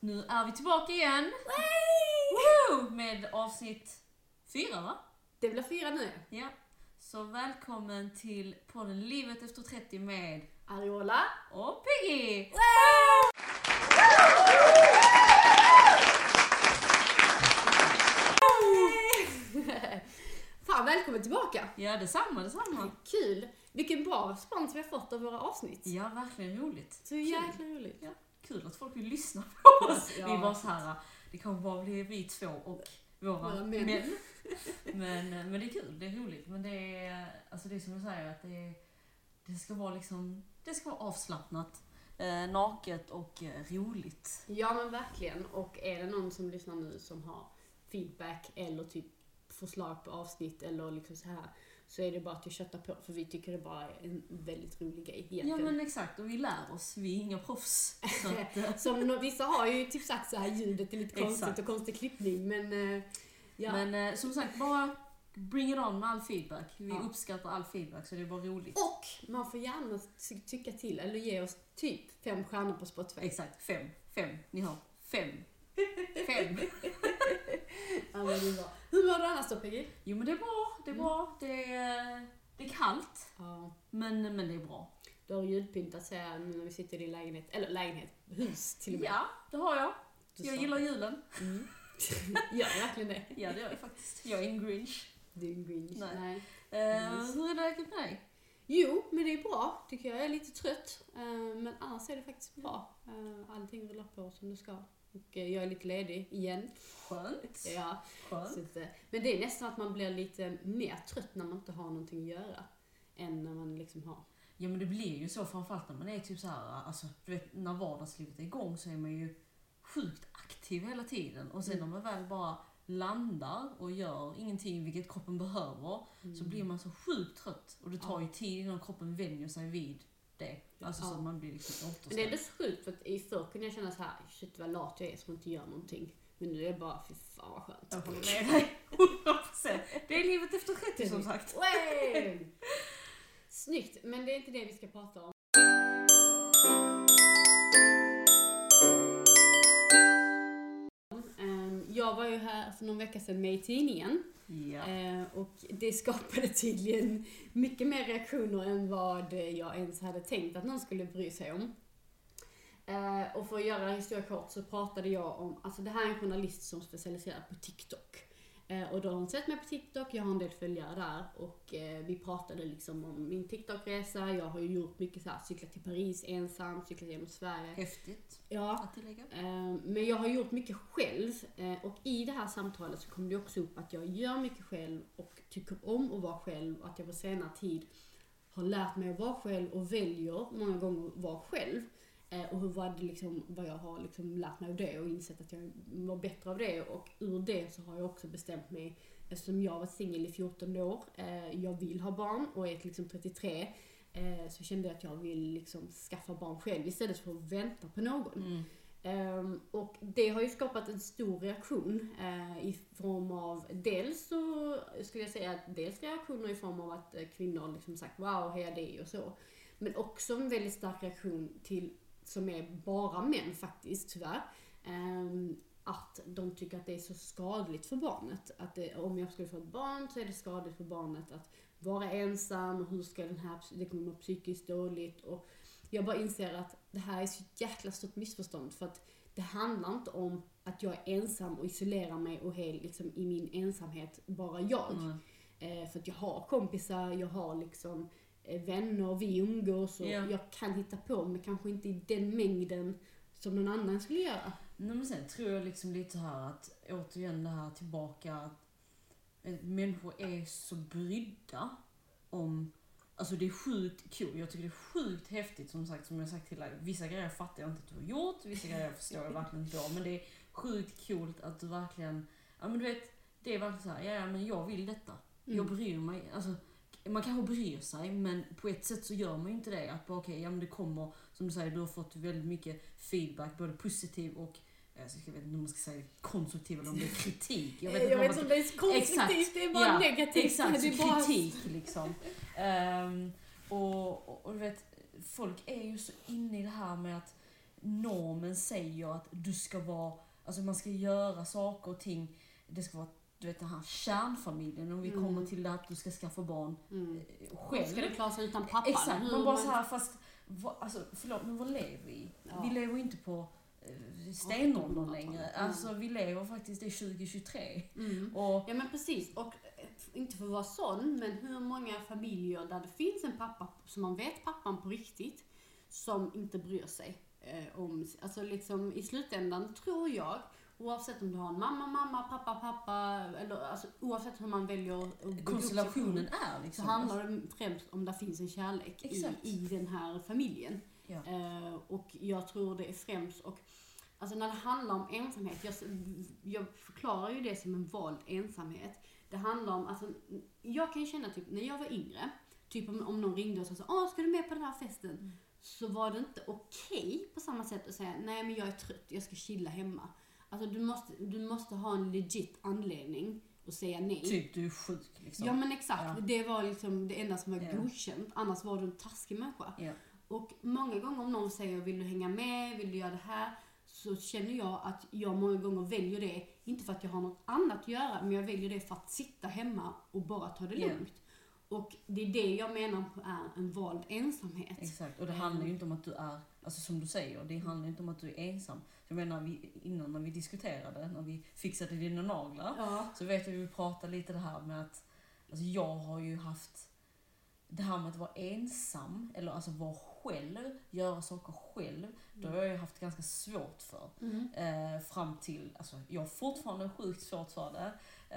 Nu är vi tillbaka igen. Woo! Med avsnitt 4, va? Det blir 4 nu. Ja. Så välkommen till podden Livet efter 30 med Ariola och Piggy. Fan, välkommen tillbaka. Ja, detsamma. Kul. Vilken bra respons vi har fått av våra avsnitt. Ja, verkligen roligt. Så jäkla roligt. Ja, kul att folk vill lyssna på oss. Ja. Vi var så här, det kommer bara bli vi två och våra män. Men det är kul, det är roligt. Men det är, alltså det är som jag säger, att det ska vara liksom, det ska vara avslappnat, naket och roligt. Ja, men verkligen. Och är det någon som lyssnar nu som har feedback eller typ förslag på avsnitt eller liksom så här, så är det bara att jag köttar på, för vi tycker det bara är en väldigt rolig grej egentligen. Ja, men exakt, och vi lär oss, vi är inga proffs. Så att, som vissa har ju typ sagt så här, ljudet är lite konstigt Exakt. och konstig klippning, men ja. Men som sagt, bara bring it on med all feedback. Vi Ja. uppskattar all feedback, så det är bara roligt. Och man får gärna tycka till eller ge oss typ 5 stjärnor på Spotify. Exakt, 5. Ni har 5. 5. Ja, men det är bra. Hur mår du annars då, Peggy? Jo, men det är bra. Det är kallt, Ja. men det är bra. Du har ljudpyntat så här nu när vi sitter i din lägenhet. Eller hus till och med. Ja, det har jag. Du Jag sa gillar det. julen. Gör du verkligen det? Ja, det gör jag faktiskt. Jag är en Grinch. Du är en Grinch. Nej. Yes. Hur är läget med dig? Jo, men det är bra tycker jag. Jag är lite trött. Men annars är det faktiskt bra. Allting rullar på som det ska. Och jag är lite ledig igen. Skönt. Ja. Skönt. Så att, men det är nästan att man blir lite mer trött när man inte har någonting att göra. Än när man liksom har. Ja, men det blir ju så, framförallt när man är typ så här, alltså du vet, när vardagslivet är igång så är man ju sjukt aktiv hela tiden. Och sen när man väl bara landar och gör ingenting, vilket kroppen behöver, så blir man så sjukt trött. Och det tar ju tid innan kroppen vänjer sig vid det. Alltså så att man blir liksom Men återställd. det är ändå så sjukt, för att i förr kunde jag känna så här, shit vad lat jag är som inte gör någonting. Men nu är det bara, fy fan vad skönt. Jag håller med dig, 100%. Det är livet efter 30 som sagt. Way! Snyggt, men det är inte det vi ska prata om. Jag var ju här för någon vecka sedan med i tidningen. Ja. Och det skapade tydligen mycket mer reaktioner än vad jag ens hade tänkt att någon skulle bry sig om. Och för att göra historia kort så pratade jag om, alltså det här är en journalist som specialiserar på TikTok. Och då har hon sett mig på TikTok, jag har en del följare där och vi pratade liksom om min TikTok-resa. Jag har ju gjort mycket så här, cyklat till Paris ensam, cyklat genom Sverige. Häftigt Ja. att tillägga. Men jag har gjort mycket själv och i det här samtalet så kom det också upp att jag gör mycket själv och tycker om att vara själv och att jag på senare tid har lärt mig att vara själv och väljer många gånger att vara själv. Och hur var det liksom, vad jag har liksom lärt mig av det och insett att jag var bättre av det, och ur det så har jag också bestämt mig, eftersom jag var singel i 14 år, jag vill ha barn och är liksom 33, så kände jag att jag vill liksom skaffa barn själv istället för att vänta på någon. Och det har ju skapat en stor reaktion i form av, dels så skulle jag säga att dels reaktioner i form av att kvinnor liksom sagt wow, heja dig och så, men också en väldigt stark reaktion till, som är bara män faktiskt tyvärr, att de tycker att det är så skadligt för barnet, att om jag skulle få ett barn så är det skadligt för barnet att vara ensam, och hur ska det kommer må psykiskt dåligt. Och jag bara inser att det här är så jäkla stort missförstånd, för att det handlar inte om att jag är ensam och isolerar mig och är liksom i min ensamhet bara jag. För att jag har kompisar, jag har liksom vänner, vi umgås och jag kan hitta på, men kanske inte i den mängden som någon annan skulle göra. Nej, men sen tror jag liksom lite så här att återigen det här tillbaka att människor är så brydda om, alltså det är sjukt kul. Jag tycker det är sjukt häftigt, som sagt, som jag sagt till dig. Vissa grejer fattar jag inte att du har gjort, vissa grejer förstår jag verkligen inte om, men det är sjukt coolt att du verkligen, ja men du vet, det är verkligen så här, ja men jag vill detta. Jag bryr mig, alltså man kanske bryr sig, men på ett sätt så gör man ju inte det. Att okej, ja men det kommer, som du säger, du har fått väldigt mycket feedback, både positiv och jag vet inte om man ska säga konstruktiv eller om det är kritik. Jag vet inte om det är konstruktivt, exakt, det är bara negativt. Exakt, det är bara kritik liksom. Och du vet, folk är ju så inne i det här med att normen säger att du ska vara, alltså man ska göra saker och ting, det ska vara, du vet den här kärnfamiljen, om vi kommer till det att du ska skaffa barn själv. Ska det klara sig utan pappa? Exakt, man bara så här, fast alltså, förlåt, men vad lever vi i? Ja. Vi lever inte på stenåldern längre. Alltså vi lever faktiskt i 2023. Och, Ja men precis, och inte för att vara sån, men hur många familjer där det finns en pappa som man vet pappan på riktigt som inte bryr sig om, alltså liksom i slutändan tror jag, oavsett om du har en mamma, pappa, eller alltså oavsett hur man väljer att konstellationen är liksom. Så handlar det främst om det finns en kärlek i den här familjen. Ja. Och jag tror det är främst, och alltså när det handlar om ensamhet, jag förklarar ju det som en vald ensamhet. Det handlar om, alltså, jag kan ju känna typ när jag var yngre, typ om någon ringde och sa ska du med på den här festen? Så var det inte okej på samma sätt att säga, nej men jag är trött, jag ska chilla hemma. Alltså du måste ha en legit anledning att säga nej. Typ du är sjuk liksom. Ja men exakt, Ja. Det var liksom det enda som var godkänt, annars var du en taskig människa. Ja. Och många gånger om någon säger, vill du hänga med, vill du göra det här? Så känner jag att jag många gånger väljer det, inte för att jag har något annat att göra, men jag väljer det för att sitta hemma och bara ta det lugnt. Och det är det jag menar är en vald ensamhet. Exakt, och det handlar ju inte om att du är, alltså som du säger, det handlar inte om att du är ensam. Jag menar, innan när vi diskuterade, när vi fixade dina naglar, så vet jag att vi pratade lite det här med att, alltså jag har ju haft det här med att vara ensam, eller alltså vara själv, göra saker själv, då har jag ju haft ganska svårt för. Fram till, alltså jag har fortfarande sjukt svårt för det.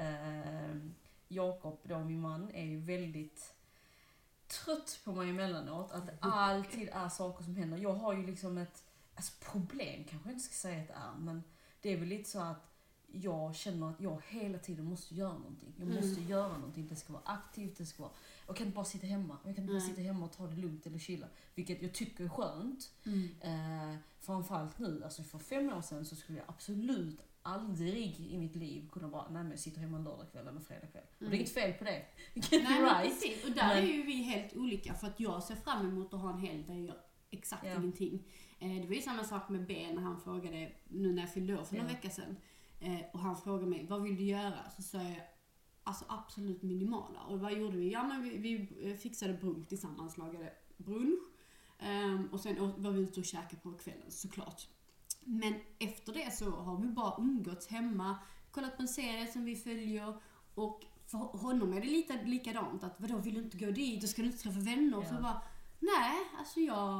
Jakob, då min man, är ju väldigt trött på mig emellanåt, att det alltid är saker som händer. Jag har ju liksom ett problem, kanske jag inte ska säga att det är, men det är väl lite så att jag känner att jag hela tiden måste göra någonting. Jag måste göra någonting, det ska vara aktivt, det ska vara, jag kan inte bara sitta hemma. Jag kan inte bara sitta hemma och ta det lugnt eller chilla, vilket jag tycker är skönt. Framförallt nu, alltså för 5 år sedan så skulle jag absolut aldrig i mitt liv kunna bara, nej men jag sitter hemma en lördagkväll eller fredagkväll. Och det är inget fel på det. Nej, precis. Och där är ju vi helt olika, för att jag ser fram emot att ha en helg där jag gör exakt ingenting. Det var ju samma sak med Ben när han frågade, nu när jag fyllde år för några vecka sedan. Och han frågade mig, vad vill du göra? Så sa jag, alltså absolut minimala. Och vad gjorde vi? Ja men vi fixade brunch tillsammans, lagade brunch. Och sen var vi ute och käkade på kvällen, såklart. Men efter det så har vi bara umgåtts hemma, kollat på en serie som vi följer, och för honom är det lite likadant, att vadå, vill du inte gå dit, då ska du inte träffa vänner. Så bara, nej, alltså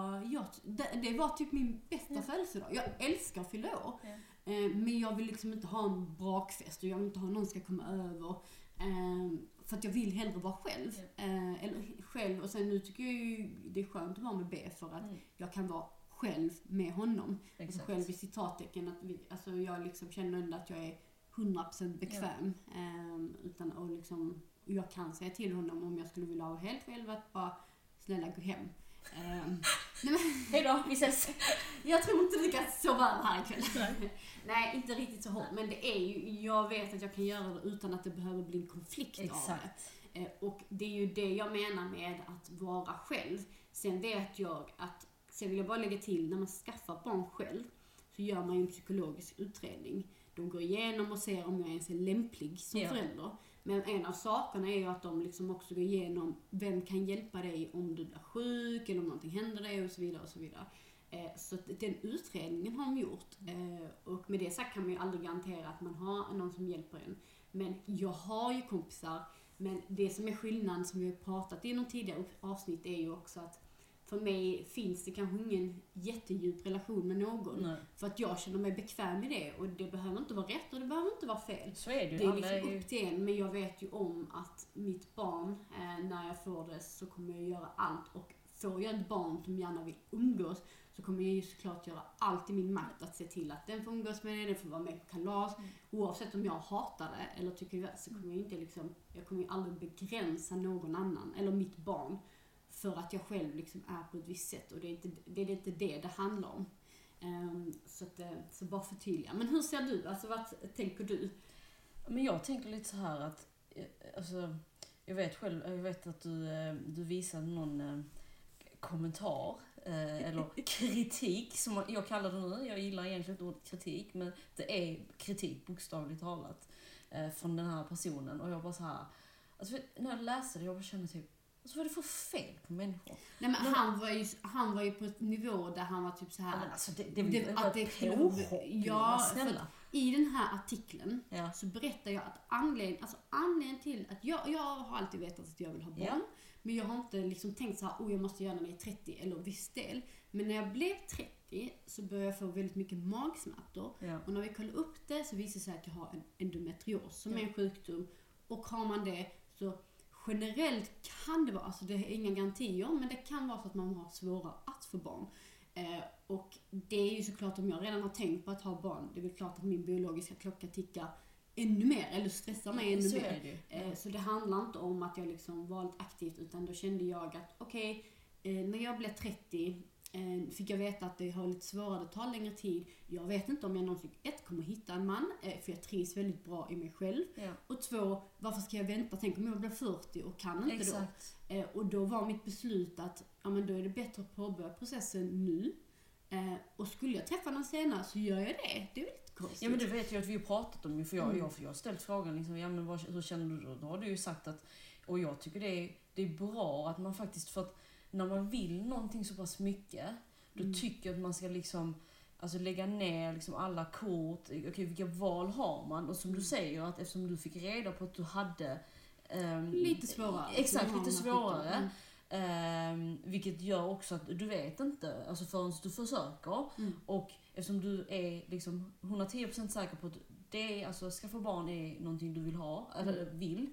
det var typ min bästa födelsedag. Jag älskar att fylla år. Men jag vill liksom inte ha en brakfest, och jag vill inte ha någon ska komma över. För att jag vill hellre vara själv. Eller själv, och sen nu tycker jag ju det är skönt att vara med B, för att jag kan vara själv med honom. Alltså själv i citattecken, att jag liksom känner ändå att jag är 100% bekväm. Utan att liksom, jag kan säga till honom om jag skulle vilja ha helt själv, att bara snälla gå hem. Hejdå, vi ses. Jag tror inte du kan sova här ikväll. Nej, inte riktigt så hårt. Men det är ju, jag vet att jag kan göra det utan att det behöver bli en konflikt av det. Och det är ju det jag menar med att vara själv. Sen vet jag att, sen vill jag bara lägga till, när man skaffar barn själv så gör man ju en psykologisk utredning. De går igenom och ser om jag ens är lämplig som förälder. Men en av sakerna är ju att de liksom också går igenom, vem kan hjälpa dig om du blir sjuk eller om någonting händer dig, och så vidare och så vidare. Så den utredningen har de gjort. Och med det sagt kan man ju aldrig garantera att man har någon som hjälper en. Men jag har ju kompisar, men det som är skillnaden som vi har pratat i någon tidigare avsnitt är ju också att för mig finns det kanske ingen jättedjup relation med någon. Nej. För att jag känner mig bekväm i det. Och det behöver inte vara rätt och det behöver inte vara fel. Så är det. Det är liksom upp till en. Men jag vet ju om att mitt barn, när jag får det, så kommer jag göra allt. Och får jag ett barn som gärna vill umgås, så kommer jag ju såklart göra allt i min makt att se till att den får umgås med det, den får vara med på kalas. Oavsett om jag hatar det eller tycker det, så kommer jag inte liksom, jag kommer ju aldrig begränsa någon annan eller mitt barn. För att jag själv liksom är på ett visst sätt. Och det är inte det handlar om. Så bara förtydliga. Men hur ser du? Alltså vad tänker du? Men jag tänker lite så här att, alltså, jag vet att du visade någon kommentar eller kritik som jag kallar det nu. Jag gillar egentligen inte ordet kritik, men det är kritik bokstavligt talat från den här personen. Och jag bara så här, alltså, när jag läste det, jag bara kände typ, alltså, vad är det för fel på människor? Nej, men han var ju på ett nivå där han var typ så här. Men alltså, snälla. I den här artikeln så berättar jag att anledningen till att jag har alltid vetat att jag vill ha barn. Men jag har inte liksom tänkt så här, jag måste göra när jag är 30 eller viss del. Men när jag blev 30 så började jag få väldigt mycket magsmärtor. Och när vi kollade upp det så visade det sig att jag har en endometrios som är en sjukdom. Och har man det så generellt kan det vara, alltså det är inga garantier, men det kan vara så att man har svårare att få barn. Och det är ju såklart, om jag redan har tänkt på att ha barn, det är väl klart att min biologiska klocka tickar ännu mer, eller stressar mig ännu mer. Så det handlar inte om att jag liksom valt aktivt, utan då kände jag att okej, när jag blev 30 fick jag veta att det har lite svårare, det tar längre tid. Jag vet inte om jag någonsin kommer hitta en man, för jag trivs väldigt bra i mig själv. Och 2, varför ska jag vänta? Tänk om jag blir 40 och kan inte då. Och då var mitt beslut att då är det bättre att påbörja processen nu. Och skulle jag träffa någon senare så gör jag det. Det är väl lite konstigt. Ja, men det vet jag att vi har pratat om, för jag har ställt frågan liksom, hur känner du då? Då har du ju sagt att, och jag tycker det är bra att man faktiskt, för att när man vill någonting så pass mycket, då tycker jag att man ska liksom, alltså lägga ner liksom alla kort. Okej, vilka val har man? Och som du säger, att eftersom du fick reda på att du hade lite svårare. Exakt, lite svårare. Vilket gör också att du vet inte, alltså förrän du försöker. Och eftersom du är liksom 110% säker på att det, alltså skaffa barn är någonting du vill ha, eller vill,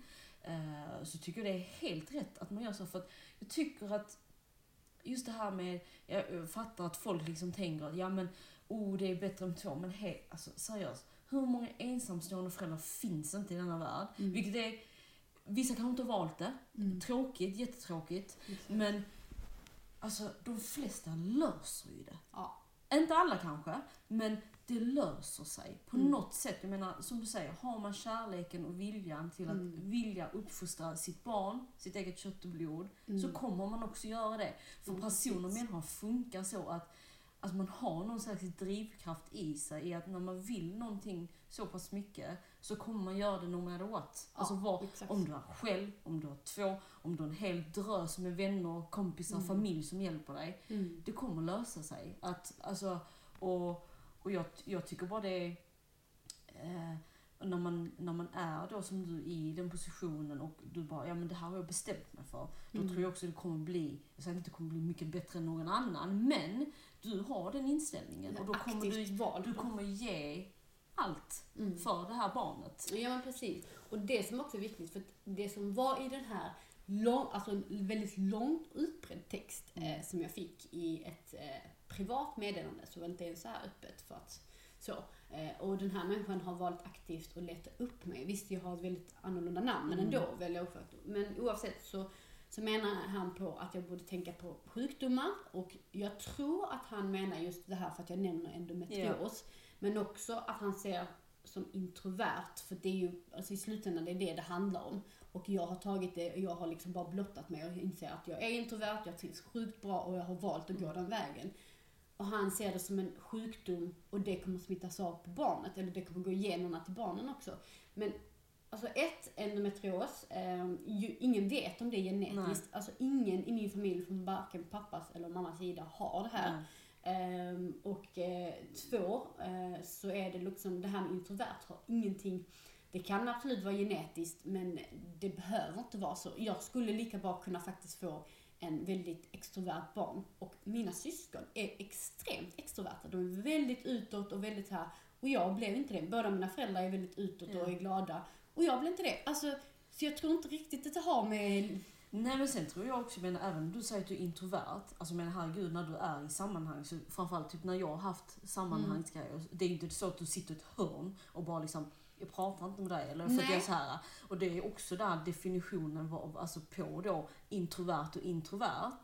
så tycker jag det är helt rätt att man gör så. För att jag tycker att just det här med, jag fattar att folk liksom tänker att det är bättre än 2, men alltså seriöst, hur många ensamstående föräldrar finns inte i denna värld? Vilket är, vissa kanske inte har valt det, tråkigt, jättetråkigt, men alltså de flesta löser ju det. Inte alla kanske, men det löser sig på något sätt. Jag menar, som du säger, har man kärleken och viljan till att vilja uppfostra sitt barn, sitt eget kött och blod, så kommer man också göra det. För personer och människor funkar så att man har någon slags drivkraft i sig, i att när man vill någonting så pass mycket så kommer man göra det no matter what. Alltså om du är själv, om du har 2, om du har en hel drös med vänner, kompisar, familj som hjälper dig. Det kommer lösa sig. Och jag tycker bara det är, när man är då som du i den positionen och du bara, det här har jag bestämt mig för. Då tror jag också det kommer bli, jag säger inte det kommer bli mycket bättre än någon annan, men du har den inställningen och då kommer du kommer ge allt för det här barnet. Ja, men precis. Och det som också är viktigt, för det som var i den här en väldigt långt utbredd text som jag fick i ett privat meddelande, så var det inte ens så här öppet för att så. Och den här människan har valt aktivt att leta upp mig. Visst, jag har ett väldigt annorlunda namn, men ändå väldigt ofört. Men oavsett så menar han på att jag borde tänka på sjukdomar, och jag tror att han menar just det här för att jag nämner endometrios, men också att han ser som introvert, för det är ju, alltså i slutändan det är det handlar om. Och jag har tagit det, jag har liksom bara blottat mig och inser att jag är introvert, jag trivs sjukt bra och jag har valt att gå den vägen. Och han ser det som en sjukdom och det kommer smittas av på barnet, eller det kommer gå igenom till barnen också. Men alltså endometrios, ingen vet om det är genetiskt. Nej. Alltså ingen i min familj från varken pappas eller mammas sida har det här. Och 2, så är det liksom det här med introvert har ingenting. Det kan absolut vara genetiskt, men det behöver inte vara så. Jag skulle lika bra kunna faktiskt få en väldigt extrovert barn. Och mina syskon är extremt extroverta. De är väldigt utåt och väldigt här. Och jag blev inte det. Båda mina föräldrar är väldigt utåt och är glada. Och jag blev inte det. Alltså, så jag tror inte riktigt att det har med... Nej, men sen tror jag också, även om du säger att du är introvert, alltså herregud, när du är i sammanhang, så framförallt typ när jag har haft sammanhangsgrejer, det är inte så att du sitter i ett hörn och bara liksom, jag pratar inte med dig, eller för att jag är så här. Och det är också där definitionen var, alltså på då introvert och introvert.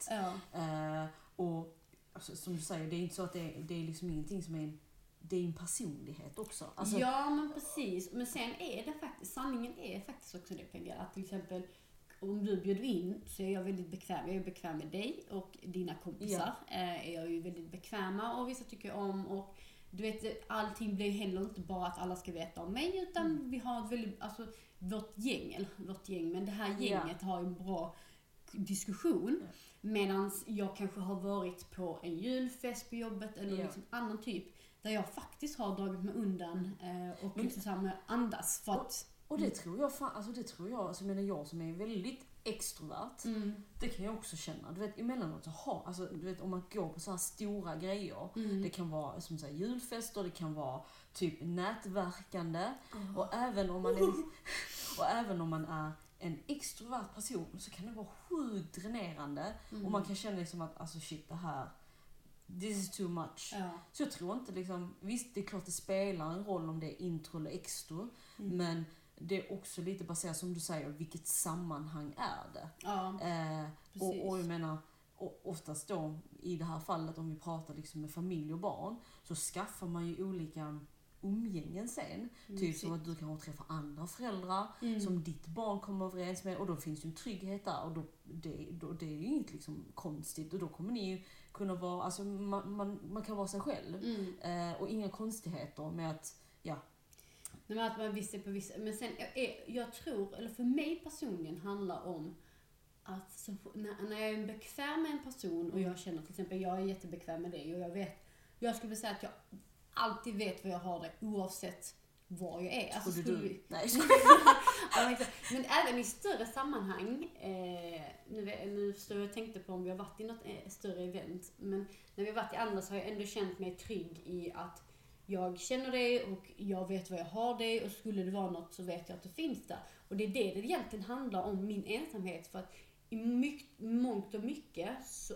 Och alltså, som du säger, det är inte så att det är liksom ingenting som är din personlighet också. Alltså, ja, men precis. Men sen är det faktiskt, sanningen är faktiskt också det, Pegga, att till exempel om du bjuder in så är jag väldigt bekväm. Jag är bekväm med dig och dina kompisar. Är jag ju väldigt bekväma och vissa tycker jag om. Och du vet, allting blir heller inte bara att alla ska veta om mig, utan vi har ett väldigt, alltså vårt gäng, men det här gänget har en bra diskussion. Medan jag kanske har varit på en julfest på jobbet eller liksom annan typ, där jag faktiskt har dragit mig undan och liksom så här andas för att... Och det tror jag alltså menar jag som är väldigt extrovert, det kan jag också känna. Du vet, emellanåt alltså, du vet, om man går på så här stora grejer, det kan vara som säger julfester, det kan vara typ nätverkande, och även om man är en extrovert person så kan det vara sjukt dränerande och man kan känna liksom att alltså shit, det här, this is too much. Så jag tror inte liksom, visst det är klart det spelar en roll om det är intro eller extra, men det är också lite baserat, som du säger, vilket sammanhang är det. Och jag menar, oftast då i det här fallet, om vi pratar liksom med familj och barn, så skaffar man ju olika umgängen sen. Typ så att du kan träffa andra föräldrar som ditt barn kommer överens med, och då finns ju en trygghet där, och då det är ju inget liksom konstigt, och då kommer ni ju kunna vara, alltså man kan vara sig själv och inga konstigheter med att Nej, men att man visste på vissa, men sen jag tror, eller för mig personligen handlar om att när jag är bekväm med en person och jag känner till exempel, jag är jättebekväm med dig och jag skulle säga att jag alltid vet vad jag har det oavsett var jag är. Alltså, Nej. Men även i större sammanhang, nu står jag och tänkte på om vi har varit i något större event, men när vi har varit i andra så har jag ändå känt mig trygg i att jag känner dig och jag vet vad jag har dig, och skulle det vara något så vet jag att det finns där. Och det är det egentligen handlar om, min ensamhet, för att i mångt och mycket så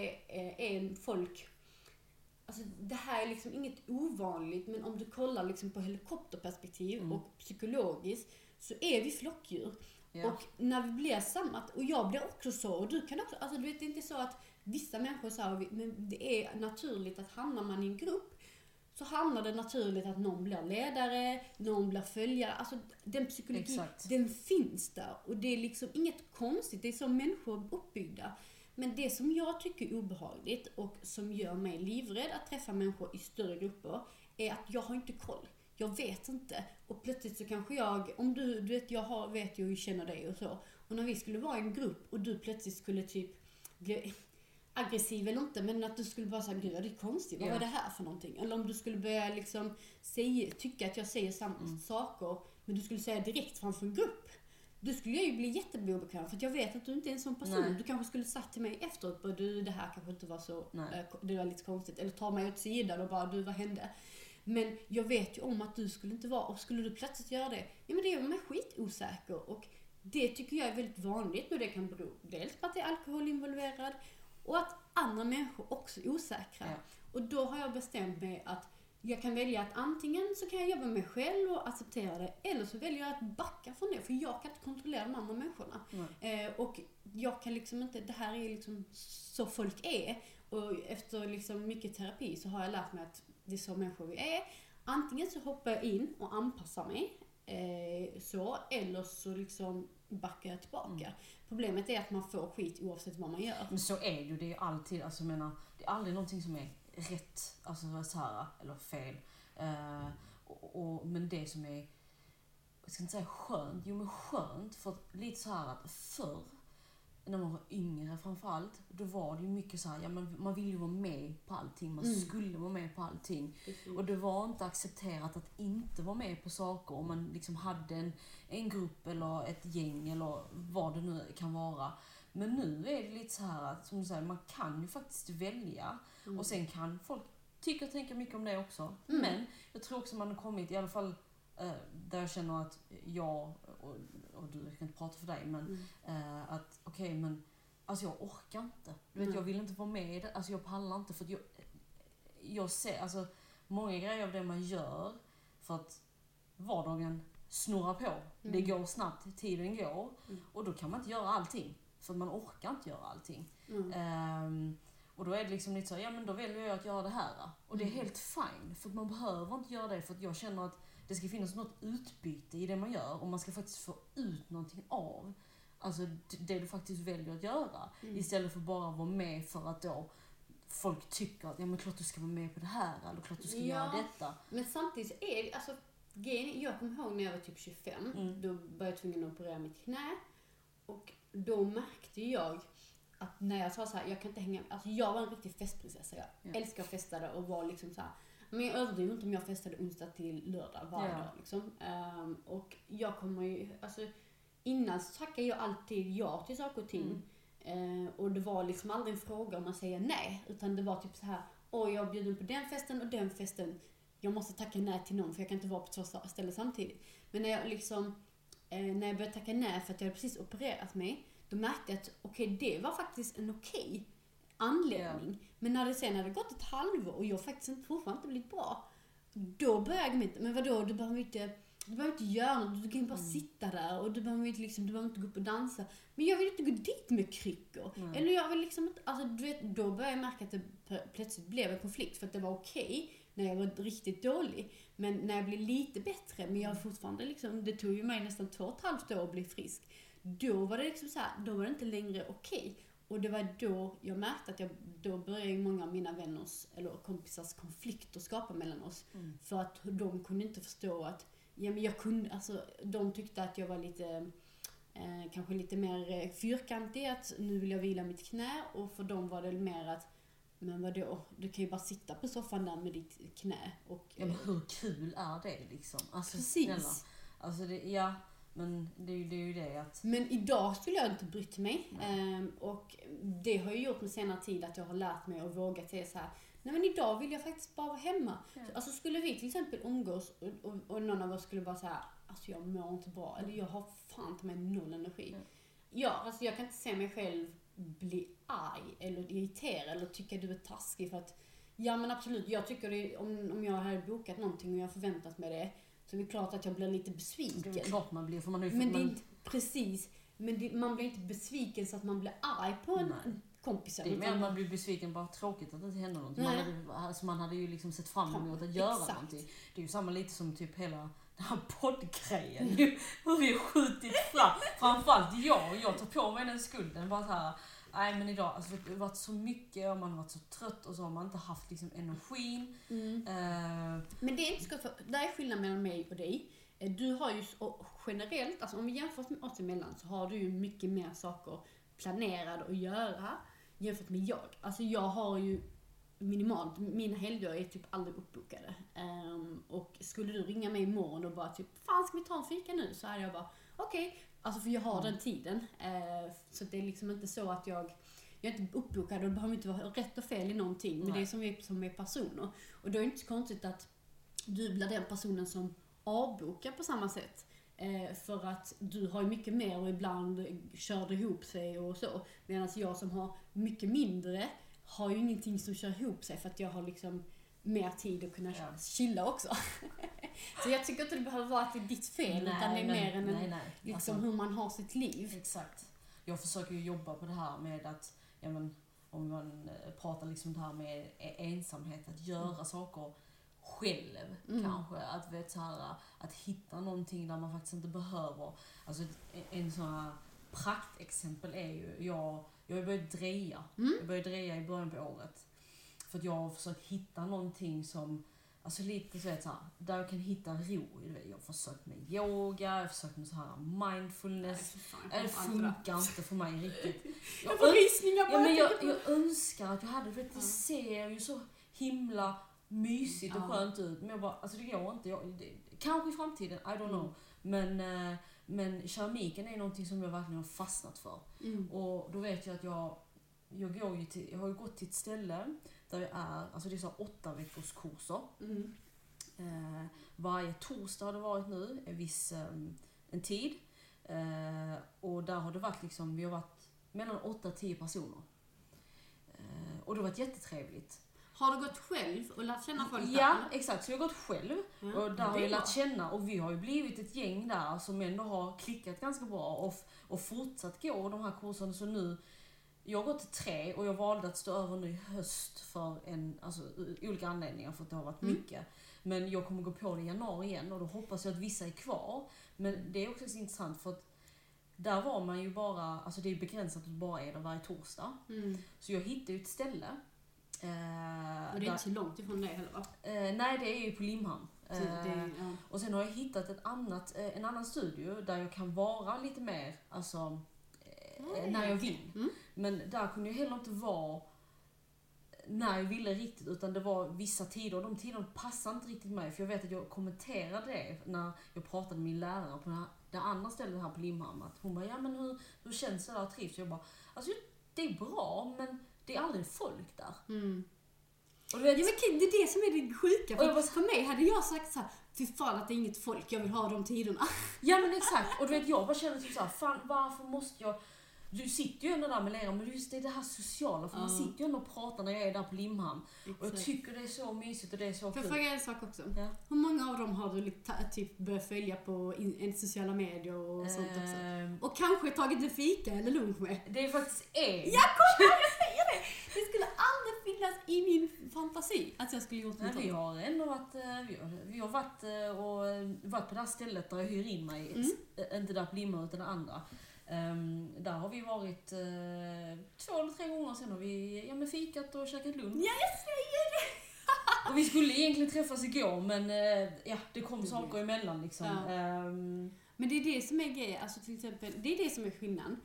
är folk, alltså det här är liksom inget ovanligt, men om du kollar liksom på helikopterperspektiv och psykologiskt så är vi flockdjur. Och när vi blir samlat, och jag blir också så, och du kan också, alltså du vet, det är inte så att vissa människor säger, men det är naturligt att hamnar man i en grupp så handlar det naturligt att någon blir ledare, någon blir följare. Alltså den psykologin, den finns där. Och det är liksom inget konstigt, det är så människor är uppbyggda. Men det som jag tycker är obehagligt och som gör mig livrädd att träffa människor i större grupper är att jag har inte koll. Jag vet inte. Och plötsligt så kanske om du vet, vet ju hur jag känner dig och så. Och när vi skulle vara i en grupp och du plötsligt skulle typ bli aggressiv eller inte, men att du skulle bara säga, gud det är konstigt, vad är det här för någonting? Eller om du skulle börja liksom tycka att jag säger samma saker, men du skulle säga direkt framför en grupp. Då skulle jag ju bli jätteobekväm, för att jag vet att du inte är en sån person. Nej. Du kanske skulle sagt till mig efteråt, bara, du, det här kanske inte var så, det var lite konstigt. Eller ta mig åt sidan och bara, du, vad hände? Men jag vet ju om att du skulle inte vara, och skulle du plötsligt göra det, ja men det gör mig skitosäker. Och det tycker jag är väldigt vanligt, och det kan bero dels på att det är alkohol involverad, och att andra människor också är osäkra. Ja. Och då har jag bestämt mig att jag kan välja att antingen så kan jag jobba med mig själv och acceptera det, eller så väljer jag att backa från det, för jag kan inte kontrollera de andra människorna. Och jag kan liksom inte, det här är liksom så folk är, och efter liksom mycket terapi så har jag lärt mig att det är så människor vi är. Antingen så hoppar jag in och anpassar mig så, eller så liksom backar jag tillbaka. Problemet är att man får skit oavsett vad man gör. Men så är det ju alltid, alltså jag menar, det är aldrig någonting som är rätt, alltså så här, eller fel. Men det som är, jag ska inte säga skönt, för lite så här att förr, när man var yngre framförallt, då var det ju mycket så här, ja, man ville ju vara med på allting, man skulle vara med på allting. Och det var inte accepterat att inte vara med på saker om man liksom hade en grupp eller ett gäng eller vad det nu kan vara. Men nu är det lite så här att, som du säger, man kan ju faktiskt välja, och sen kan folk tycka och tänka mycket om det också. Men jag tror också man har kommit, i alla fall där jag känner att jag och du, jag kan inte prata för dig, men att okej, men alltså jag orkar inte. Du vet, jag vill inte vara med i det, alltså jag pallar inte, för att jag ser alltså många grejer av det man gör för att vardagen snurrar på. Det går snabbt, tiden går, och då kan man inte göra allting, för man orkar inte göra allting. Och då är det liksom lite så, ja men då väljer jag att göra det här. Och det är helt fine, för att man behöver inte göra det, för att jag känner att det ska finnas något utbyte i det man gör, och man ska faktiskt få ut någonting av alltså det du faktiskt väljer att göra. Istället för bara att vara med för att då folk tycker att ja men klart du ska vara med på det här eller klart du ska göra detta. Men samtidigt är det, alltså jag kommer ihåg när jag var typ 25, då var jag tvungen att operera mitt knä och då märkte jag att när jag sa så här, jag kan inte hänga, alltså jag var en riktig festprinsessa, jag älskar att festa och var liksom så här, men jag överdriver inte om jag festade onsdag till lördag varje dag liksom. Och jag kommer ju, alltså innan så tackade jag alltid ja till saker och ting. Och det var liksom aldrig en fråga om att säga nej, utan det var typ så här, jag bjuder på den festen och den festen, jag måste tacka nej till någon för jag kan inte vara på 2 ställen samtidigt. Men när jag liksom, när jag började tacka nej för att jag hade precis opererat mig, då märkte jag att det var faktiskt en anledning. Men när det sen hade gått ett halvår och jag faktiskt fortfarande inte blivit bra, då började jag inte, men vadå, du behöver inte göra något, du kan ju bara sitta där och du behöver inte gå upp och dansa. Men jag vill inte gå dit med kryckor. Eller jag vill liksom inte, alltså du vet, då började jag märka att det plötsligt blev en konflikt för att det var okej när jag var riktigt dålig. Men när jag blev lite bättre, men jag fortfarande liksom, det tog ju mig nästan 2,5 år att bli frisk. Då var det liksom så här, då var det inte längre okej. Och det var då jag märkte att då började ju många av mina vänners eller kompisars konflikter skapa mellan oss. För att de kunde inte förstå att, men jag kunde, alltså de tyckte att jag var lite, kanske lite mer fyrkantig, att nu vill jag vila mitt knä, och för dem var det mer att, men vadå, du kan ju bara sitta på soffan där med ditt knä. Och, men hur kul är det liksom? Alltså, precis. Snälla. Alltså men det är ju det att... Men idag skulle jag inte brytt mig. Och det har ju gjort med senare tid att jag har lärt mig att våga säga så här: nej men idag vill jag faktiskt bara vara hemma. Alltså skulle vi till exempel umgås och någon av oss skulle bara säga, alltså jag mår inte bra, eller jag har fan till mig 0 energi. Alltså jag kan inte se mig själv bli arg eller irriterad eller tycka du är taskig för att, ja men absolut, jag tycker det, om jag hade bokat någonting och jag förväntat mig det, så är det klart att jag blir lite besviken. Det är klart man blir, för man är ju... Men det är inte, precis, men man blir inte besviken så att man blir arg på en kompis. Det är mer att man blir besviken, bara tråkigt att det inte händer något. Man hade ju liksom sett fram emot att göra någonting. Det är ju samma lite som typ hela den här poddgrejen. Hur vi har skjutit fram. Framförallt jag tar på mig den skulden. Bara så här, nej men idag, alltså det har varit så mycket och man har varit så trött och så har man inte haft liksom energin. Men det är inte skott, för det är skillnad mellan mig och dig. Du har ju generellt, alltså om vi jämför med oss emellan, så har du ju mycket mer saker planerade att göra jämfört med jag. Alltså jag har ju minimalt, mina helger är typ aldrig uppbokade. Och skulle du ringa mig imorgon och bara typ, fan ska vi ta en fika nu? Så är jag bara, okej. Alltså för jag har den tiden. Så det är liksom inte så att jag är inte uppbokad, och det behöver inte vara rätt och fel i någonting. Men det är som är personer. Och då är det inte så konstigt att du blir den personen som avbokar på samma sätt. För att du har ju mycket mer och ibland kör det ihop sig och så. Medan jag som har mycket mindre har ju ingenting som kör ihop sig, för att jag har liksom mer tid att kunna chilla också. Så jag tycker inte det behöver vara att det är ditt fel, utan det är mer än liksom alltså, hur man har sitt liv. Exakt. Jag försöker ju jobba på det här med att, om man pratar liksom det här med ensamhet, att göra saker själv kanske, att vet så här, att hitta någonting där man faktiskt inte behöver, alltså en sån här praktexempel är ju, jag har börjat dreja. Jag började dreja i början på året för att jag har försökt hitta någonting som, alltså lite så här, där jag kan hitta ro. Jag har försökt med yoga, jag har försökt med så här mindfulness. Det funkar inte för mig riktigt. Jag önskar att jag hade, för det ser ju så himla mysigt och skönt ut, men jag bara, alltså det går inte. Kanske i framtiden, I don't know. Men keramiken är någonting som jag verkligen har fastnat för. Och då vet jag att jag har ju gått till ett ställe där jag är, alltså det är så 8 veckors kurser. Varje torsdag har det varit nu en tid. Och där har det varit liksom, vi har varit mellan 8-10 personer. Och det har varit jättetrevligt. Har du gått själv och lärt känna folk? Ja, exakt. Så jag har gått själv och där har jag lärt känna, och vi har ju blivit ett gäng där som ändå har klickat ganska bra och fortsatt gå de här kurserna. Så nu, jag har gått 3 och jag valde att stå över nu i höst för olika anledningar, för att det har varit mycket. Men jag kommer gå på det i januari igen, och då hoppas jag att vissa är kvar. Men det är också så intressant, för att där var man ju bara, alltså det är begränsat att bara är där varje torsdag. Så jag hittade ju ett ställe. Och det är inte så långt ifrån det heller, va? Nej, det är ju på Limhamn. Ja. Och sen har jag hittat en annan studio där jag kan vara lite mer, alltså, när jag vill. Men där kunde jag heller inte vara när jag ville riktigt, utan det var vissa tider, och de tiderna passade inte riktigt mig, för jag vet att jag kommenterade det när jag pratade med min lärare på det andra stället här på Limhamn, att hon bara, ja men hur känns det där, trivs? Jag bara, alltså det är bra, men det är aldrig folk där. Och du vet, ja, men det är det som är det sjuka, för mig hade jag sagt så här: fy fan att det är inget folk, jag vill ha de tiderna. Ja men exakt, och du vet jag bara känner typ såhär, fan varför måste jag. Du sitter ju ändå där med lärare, men just det här sociala, för man sitter ju ändå och pratar när jag är där på Limhamn. Exakt. Och jag tycker det är så mysigt och det är så Får kul. jag fråga en sak också? Ja. Hur många av dem har du typ börjat följa på sociala medier och sånt också? Och kanske tagit en fika eller lunch med? Det är faktiskt en. Jag säger det! Det skulle aldrig finnas i min fantasi att jag skulle gjort något. Vi har ändå varit, vi har varit på det här stället där jag hyr in mig. Inte där på Limhamn utan det andra. Där har vi varit 2 eller 3 gånger, sen har vi fikat och käkat lunch. Ja, jag säger det! Och vi skulle egentligen träffas igår, men det kom saker emellan liksom. Ja. Men det är det som är grejen, alltså till exempel, det är det som är skillnaden.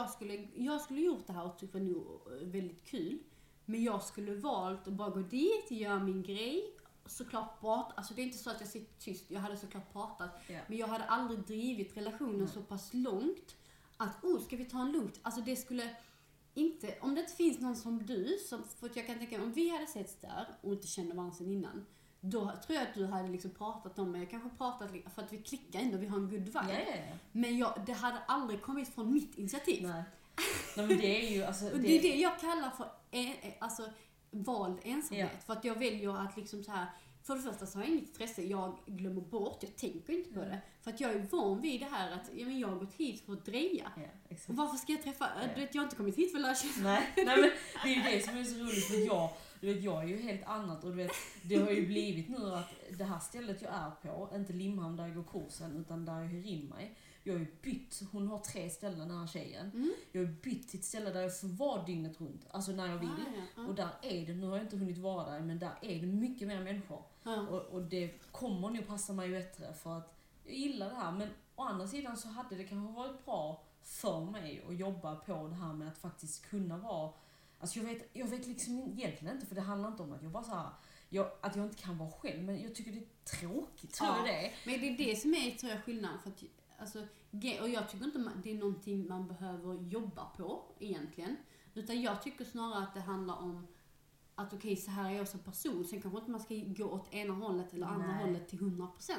Jag skulle gjort det här och tycka nog väldigt kul, men jag skulle valt att bara gå dit, göra min grej, såklart prata, alltså det är inte så att jag sitter tyst, jag hade såklart pratat, men jag hade aldrig drivit relationen så pass långt att, ska vi ta en lunch? Alltså det skulle inte, om det inte finns någon som du, för att jag kan tänka, om vi hade setts där och inte kände varandra sedan innan, då tror jag att du hade liksom pratat om mig, kanske pratat för att vi klickar ändå, vi har en good vibe. Men det hade aldrig kommit från mitt initiativ. Nej men det är ju, alltså, och det är det jag kallar för alltså vald ensamhet. För att jag väljer att liksom så här, för det första så har jag inget intresse, jag glömmer bort, jag tänker inte på det. För att jag är van vid det här att jag har gått hit för att dreja. Och varför ska jag träffa, du vet, jag har inte kommit hit för att lära känna. Nej men det är ju det som är så roligt, för jag är ju helt annat, och du vet, det har ju blivit nu att det här stället jag är på, inte Limhamn där jag går kursen, utan där jag hyr in mig. Jag har ju bytt, hon har 3 ställen den här tjejen. Jag har ju bytt till ett ställe där jag får vara dygnet runt, alltså när jag vill. Och där är det, nu har jag inte hunnit vara där, men där är det mycket mer människor. Och det kommer nog passa mig bättre, för att jag gillar det här. Men å andra sidan så hade det kanske varit bra för mig att jobba på det här med att faktiskt kunna vara, alltså jag vet liksom egentligen inte, för det handlar inte om att jag bara så här, att jag inte kan vara själv, men jag tycker det är tråkigt, tror jag det. Men det är det som är, tror jag, skillnaden, för att alltså, och jag tycker inte det är någonting man behöver jobba på egentligen, utan jag tycker snarare att det handlar om att okej, så här är jag som person, sen kanske inte man ska gå åt ena hållet eller andra hållet till 100%.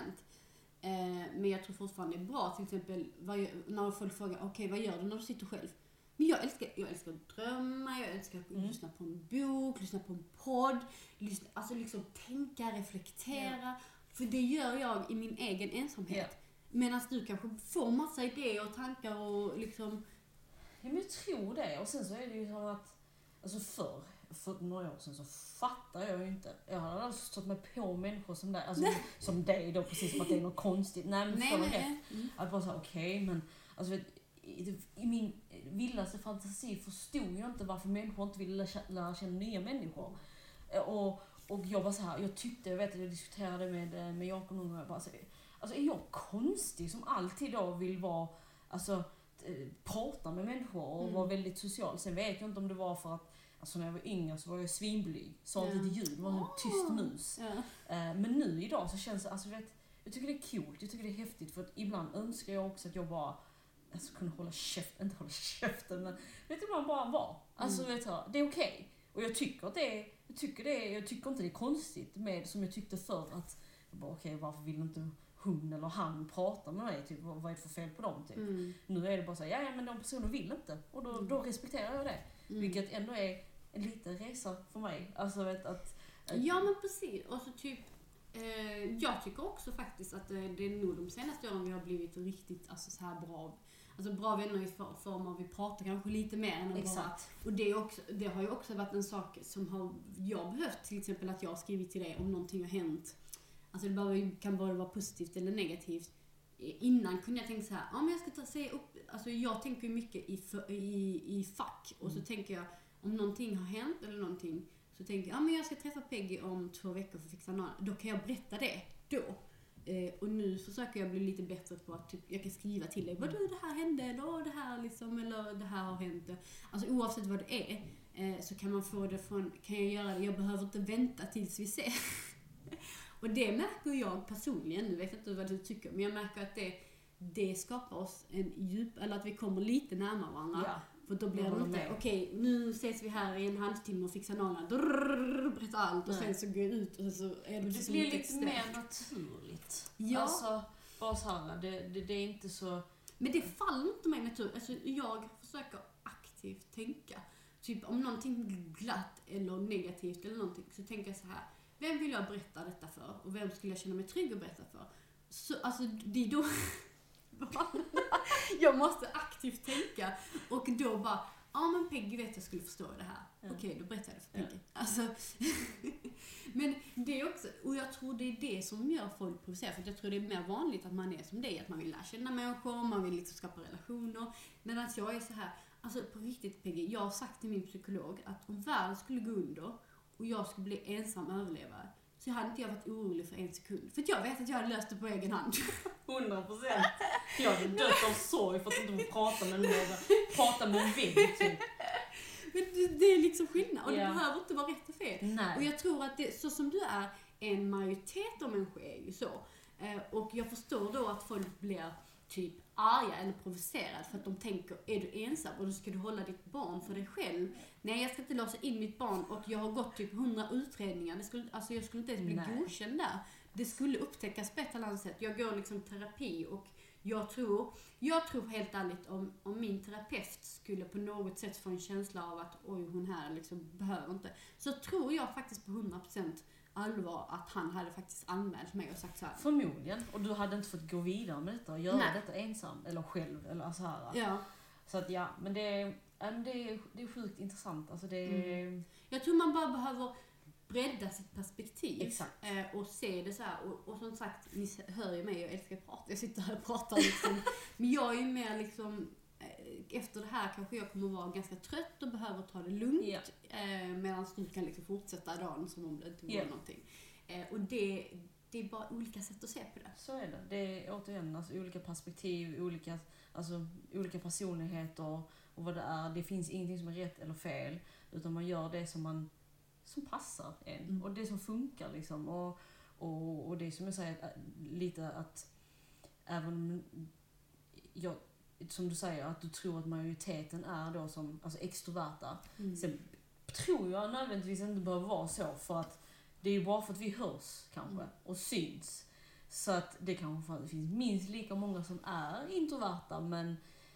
Men jag tror fortfarande det är bra, till exempel när folk frågar, okej, vad gör du när du sitter själv? Men jag älskar att drömma, jag älskar att lyssna på en bok, lyssna på en podd, alltså liksom tänka, reflektera, för det gör jag i min egen ensamhet. Medan du kanske får massa idéer och tankar och liksom. Ja, men jag tror det. Och sen så är det ju som att, alltså för några år sedan så fattar jag ju inte. Jag hade alltså stått med på människor som där, alltså som dig då, precis som att det är något konstigt. Nej men förstår rätt. Att bara säga okej, men alltså i min vildaste fantasi förstod jag inte varför människor inte ville lära känna nya människor. Och jag var så här, jag vet att jag diskuterade med Jakob någon gång, jag bara så, alltså är jag konstig som alltid då vill vara, alltså prata med människor och vara väldigt social. Sen vet jag inte om det var för att, alltså när jag var yngre så var jag svinblyg, sa inte till ljud, var en tyst mus. Men nu idag så känns det, alltså jag tycker det är coolt, jag tycker det är häftigt, för att ibland önskar jag också att jag bara kunna hålla käften, inte hålla käften, men vet du, man bara var. Alltså vet du, det är okej. Och jag tycker att jag tycker inte det är konstigt med, som jag tyckte förr, att okej, varför vill inte hon eller han prata med mig, typ, vad är det för fel på dem, typ. Nu är det bara så här, ja men de personerna vill inte, och då respekterar jag det. Vilket ändå är en liten resa för mig. Alltså att ja men precis, och så typ jag tycker också faktiskt att det är nog de senaste åren vi har blivit riktigt, alltså så här bra vänner i form av vi pratar kanske lite mer än bara. Och det har ju också varit en sak som jag behövt, till exempel att jag har skrivit till dig om någonting har hänt. Alltså det kan bara vara positivt eller negativt. innan kunde jag tänka så här, ja men jag ska säga upp, alltså jag tänker ju mycket i fack och så tänker jag om någonting har hänt eller någonting så tänker jag, ja men jag ska träffa Peggy om 2 veckor för att fixa något, då kan jag berätta det då. Och nu försöker jag bli lite bättre på att typ, jag kan skriva till dig, vadå det här hände, eller det här liksom, eller det här har hänt. Alltså oavsett vad det är så kan man få det från, kan jag göra det, jag behöver inte vänta tills vi ser. Och det märker jag personligen, nu vet jag inte vad du tycker, men jag märker att det skapar oss en djup, eller att vi kommer lite närmare varandra. Ja. För då blir det inte, okej, nu ses vi här i en halvtimme och fixar nollan, berättar allt och sen så går jag ut och så är det blir lite mer naturligt. Ja. Alltså, bara så här, det är inte så... Men det faller inte mig naturligt. Alltså, jag försöker aktivt tänka. Typ om någonting blir glatt eller negativt eller någonting så tänker jag så här. Vem vill jag berätta detta för? Och vem skulle jag känna mig trygg att berätta för? Så, alltså, det är då... jag måste aktivt tänka. Och då bara, men Peggy vet jag skulle förstå det här. Ja. Okej, då berättar jag det för Peggy. Ja. Alltså, men det är också, och jag tror det är det som gör folk provocerar. För jag tror det är mer vanligt att man är som dig. Att man vill lära känna människor, man vill liksom skapa relationer. Medan jag är så här, alltså på riktigt Peggy, jag har sagt till min psykolog att om världen skulle gå under och jag skulle bli ensam överlevare, så hade inte jag varit orolig för 1 sekund. För jag vet att jag hade löst det på egen hand. 100%. Jag hade dött av sorg för att inte få prata med någon. Prata med en vägg, typ. Men det är liksom skillnad. Och det behöver inte vara rätt och fel. Nej. Och jag tror att det, så som du är, en majoritet av människor är ju så. Och jag förstår då att folk blir typ arga eller provocerade för att de tänker, är du ensam och då ska du hålla ditt barn för dig själv? Nej, jag ska inte låsa in mitt barn och jag har gått typ 100 utredningar. Jag skulle inte ens bli godkänd där. Det skulle upptäckas på ett eller annat sätt. Jag går liksom terapi och jag tror helt ärligt om min terapeut skulle på något sätt få en känsla av att oj, hon här liksom behöver inte. Så tror jag faktiskt på 100% allvar att han hade faktiskt anmält mig och sagt så här. Förmodligen. Och du hade inte fått gå vidare med detta och göra detta ensam eller själv eller så här. Ja. Så att men det är sjukt intressant. Alltså Jag tror man bara behöver bredda sitt perspektiv. Exakt. Och se det så här. Och som sagt, ni hör ju mig, jag älskar att prata. Jag sitter här och pratar liksom. Men jag är ju mer liksom, efter det här kanske jag kommer vara ganska trött och behöver ta det lugnt. Medan du kan liksom fortsätta dagen som om det inte vore någonting. Och det är bara olika sätt att se på det. Så är det. Det är återigen alltså, olika perspektiv, olika personligheter och vad det är. Det finns ingenting som är rätt eller fel. Utan man gör det som passar en. Och det som funkar liksom. Och det som jag säger lite att även om jag, som du säger, att du tror att majoriteten är då som alltså extroverta. Sen tror jag nödvändigtvis inte behöver vara så, för att det är ju bara för att vi hörs kanske och syns. Så att det kanske för att det finns minst lika många som är introverta, men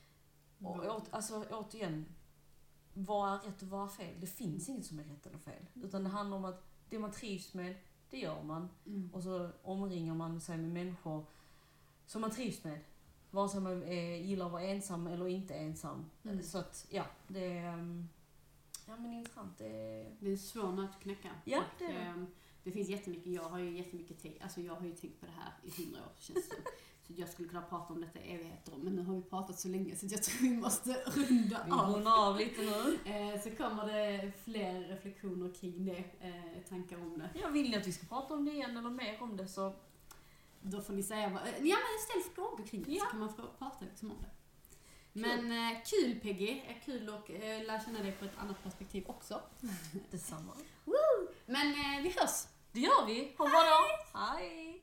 återigen, vad är rätt och vad är fel? Det finns inget som är rätt eller fel. Utan det handlar om att det man trivs med, det gör man. Och så omringar man sig med människor som man trivs med. Vare sig man gillar att vara ensam eller inte ensam. Så att, det är... Ja, men intressant. Det är en svår nöt att knäcka. Ja, och, det finns jättemycket. Jag har ju tänkt på det här i 100 år, känns det. Så jag skulle kunna prata om detta i evigheter. Men nu har vi pratat så länge så jag tror vi måste runda av. Vi rundar av lite nu. Så kommer det fler reflektioner kring det. Tankar om det. Jag vill att vi ska prata om det igen eller mer om det, så... Då får ni säga men ställ frågor kring det så kan man prata liksom om det. Men kul Peggy, kul att lära känna dig på ett annat perspektiv också. Detsamma. Men vi hörs! Det gör vi. Ha en bra dag. Hej!